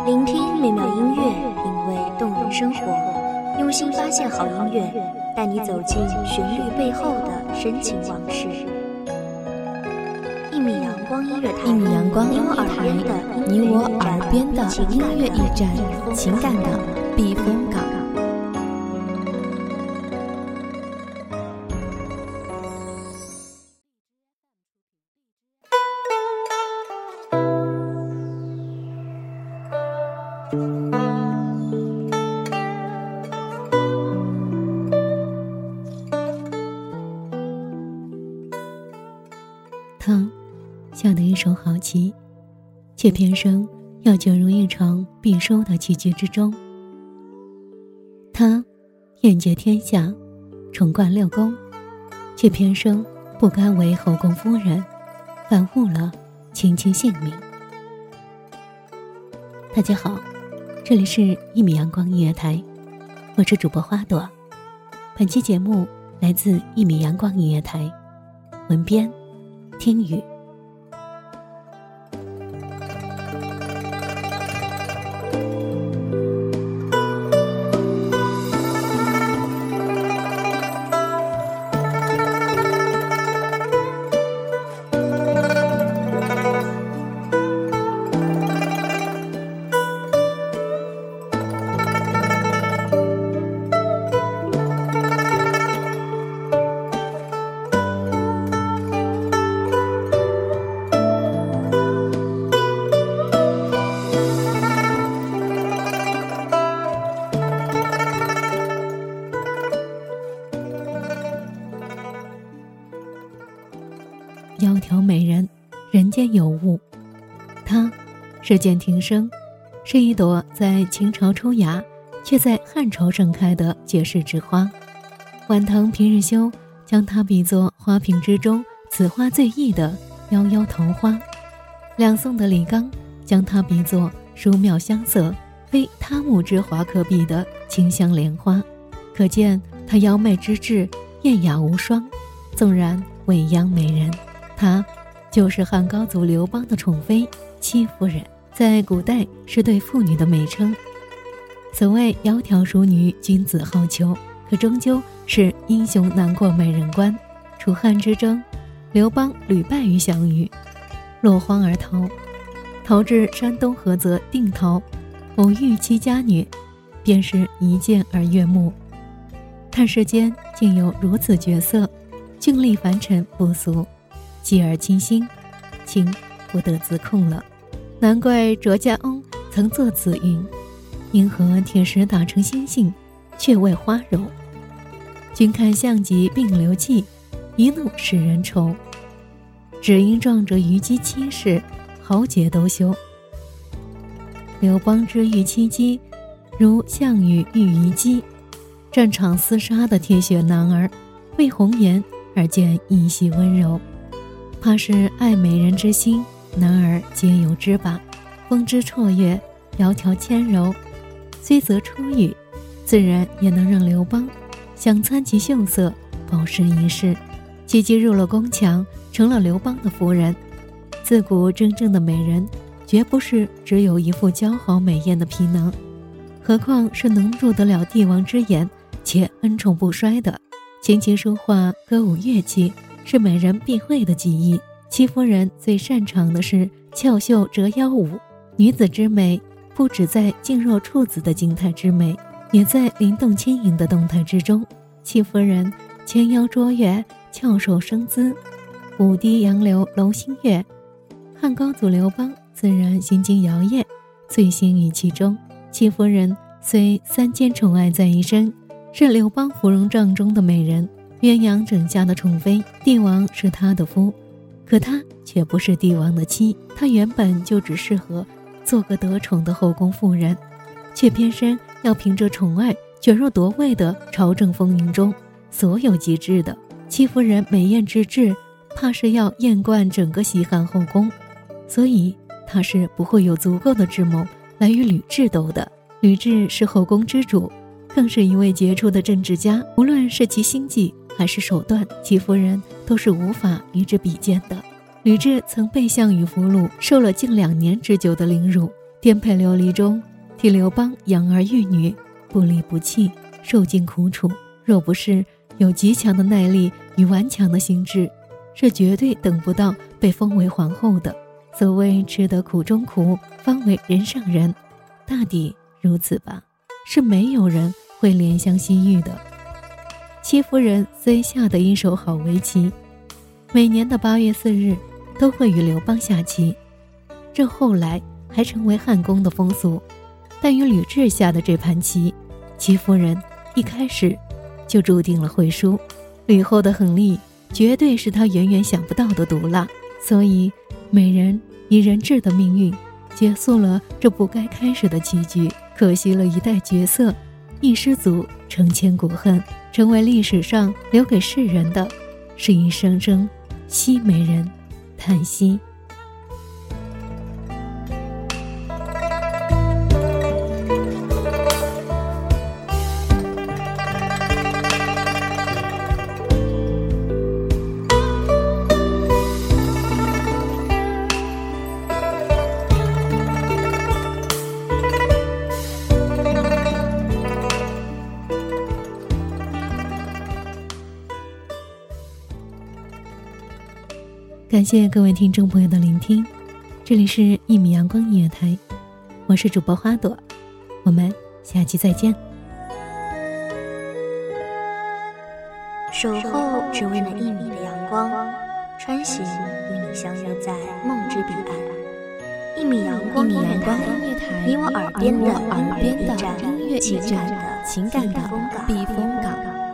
聆听美妙音乐，品味动人生活，用心发现好音乐，带你走进旋律背后的深情往事。一米阳光音乐台， 你我耳边的音乐驿站，情感的避风港。 他下的一手好棋，却偏生要卷入一场必输的棋局之中。他厌绝天下，宠冠六宫，却偏生不甘为后宫夫人，反误了卿卿性命。大家好，这里是1米阳光音乐台，我是主播花朵。本期节目来自1米阳光音乐台，文编听雨。窈窕美人，人间有物。她是剑庭生，是一朵在秦朝出芽却在汉朝盛开的绝世之花。晚唐平日修将她比作花瓶之中此花最异的夭夭桃花，两宋的李纲将她比作殊妙香色非他木之华可比的清香莲花。可见她妖媚之至，艳雅无双，纵然未央美人。她就是汉高祖刘邦的宠妃戚夫人，在古代是对妇女的美称。所谓窈窕淑女，君子好逑，可终究是英雄难过美人关。楚汉之争，刘邦屡败于项羽，落荒而逃，逃至山东菏泽定陶，偶遇戚家女，便是一见而悦目。看世间竟有如此绝色，俊丽凡尘不俗，继而倾心，情不得自控了。难怪卓家翁曾作此云：因何铁石打成星星，却为花柔。君看项脊并流涕，一怒使人愁。只因撞着虞姬妻室，豪杰都休。刘邦之遇戚姬，如项羽遇虞姬，战场厮杀的铁血男儿，为红颜而见一袭温柔。怕是爱美人之心，男儿皆有之吧。风姿绰约，窈窕纤柔，虽则出狱，自然也能让刘邦想参其秀色，饱食一世。戚姬入了宫墙，成了刘邦的夫人。自古真正的美人，绝不是只有一副姣好美艳的皮囊，何况是能入得了帝王之眼，且恩宠不衰的。琴棋书画、歌舞乐器是美人必会的技艺。戚夫人最擅长的是翘袖折腰舞。女子之美，不只在静若处子的静态之美，也在灵动轻盈的动态之中。戚夫人纤腰卓越，翘首生姿，舞堤杨柳楼新月。汉高祖刘邦自然心惊摇曳，醉心于其中。戚夫人虽三监宠爱在一身，是刘邦芙蓉帐中的美人，鸳鸯枕下的宠妃，帝王是她的夫，可她却不是帝王的妻。她原本就只适合做个得宠的后宫妇人，却偏生要凭着宠爱卷入夺位的朝政风云中。所有极致的戚夫人美艳之至，怕是要艳冠整个西汉后宫，所以她是不会有足够的智谋来与吕雉斗的。吕雉是后宫之主，更是一位杰出的政治家，无论是其心计还是手段，戚夫人都是无法与之比肩的。吕雉曾被项羽俘虏，受了近2年之久的凌辱， 颠沛流离中替刘邦养儿育女，不离不弃，受尽苦楚。若不是有极强的耐力与顽强的心智，是绝对等不到被封为皇后的。所谓吃得苦中苦，方为人上人，大抵如此吧。是没有人会怜香惜玉的。戚夫人虽下得一手好围棋，每年的8月4日都会与刘邦下棋，这后来还成为汉宫的风俗。但与吕雉下的这盘棋，戚夫人一开始就注定了会输。吕后的狠厉绝对是她远远想不到的毒辣，所以美人以人质的命运结束了这不该开始的棋局，可惜了一代绝色，一失足成千古恨，成为历史上留给世人的是一声声惜美人叹息。感谢各位听众朋友的聆听，这里是1米阳光音乐台，我是主播花朵，我们下期再见。 守候只为那1米的阳光，穿行与你相约在梦之彼岸。1米阳光音乐台，你我耳边的音乐驿站，情感的避风港。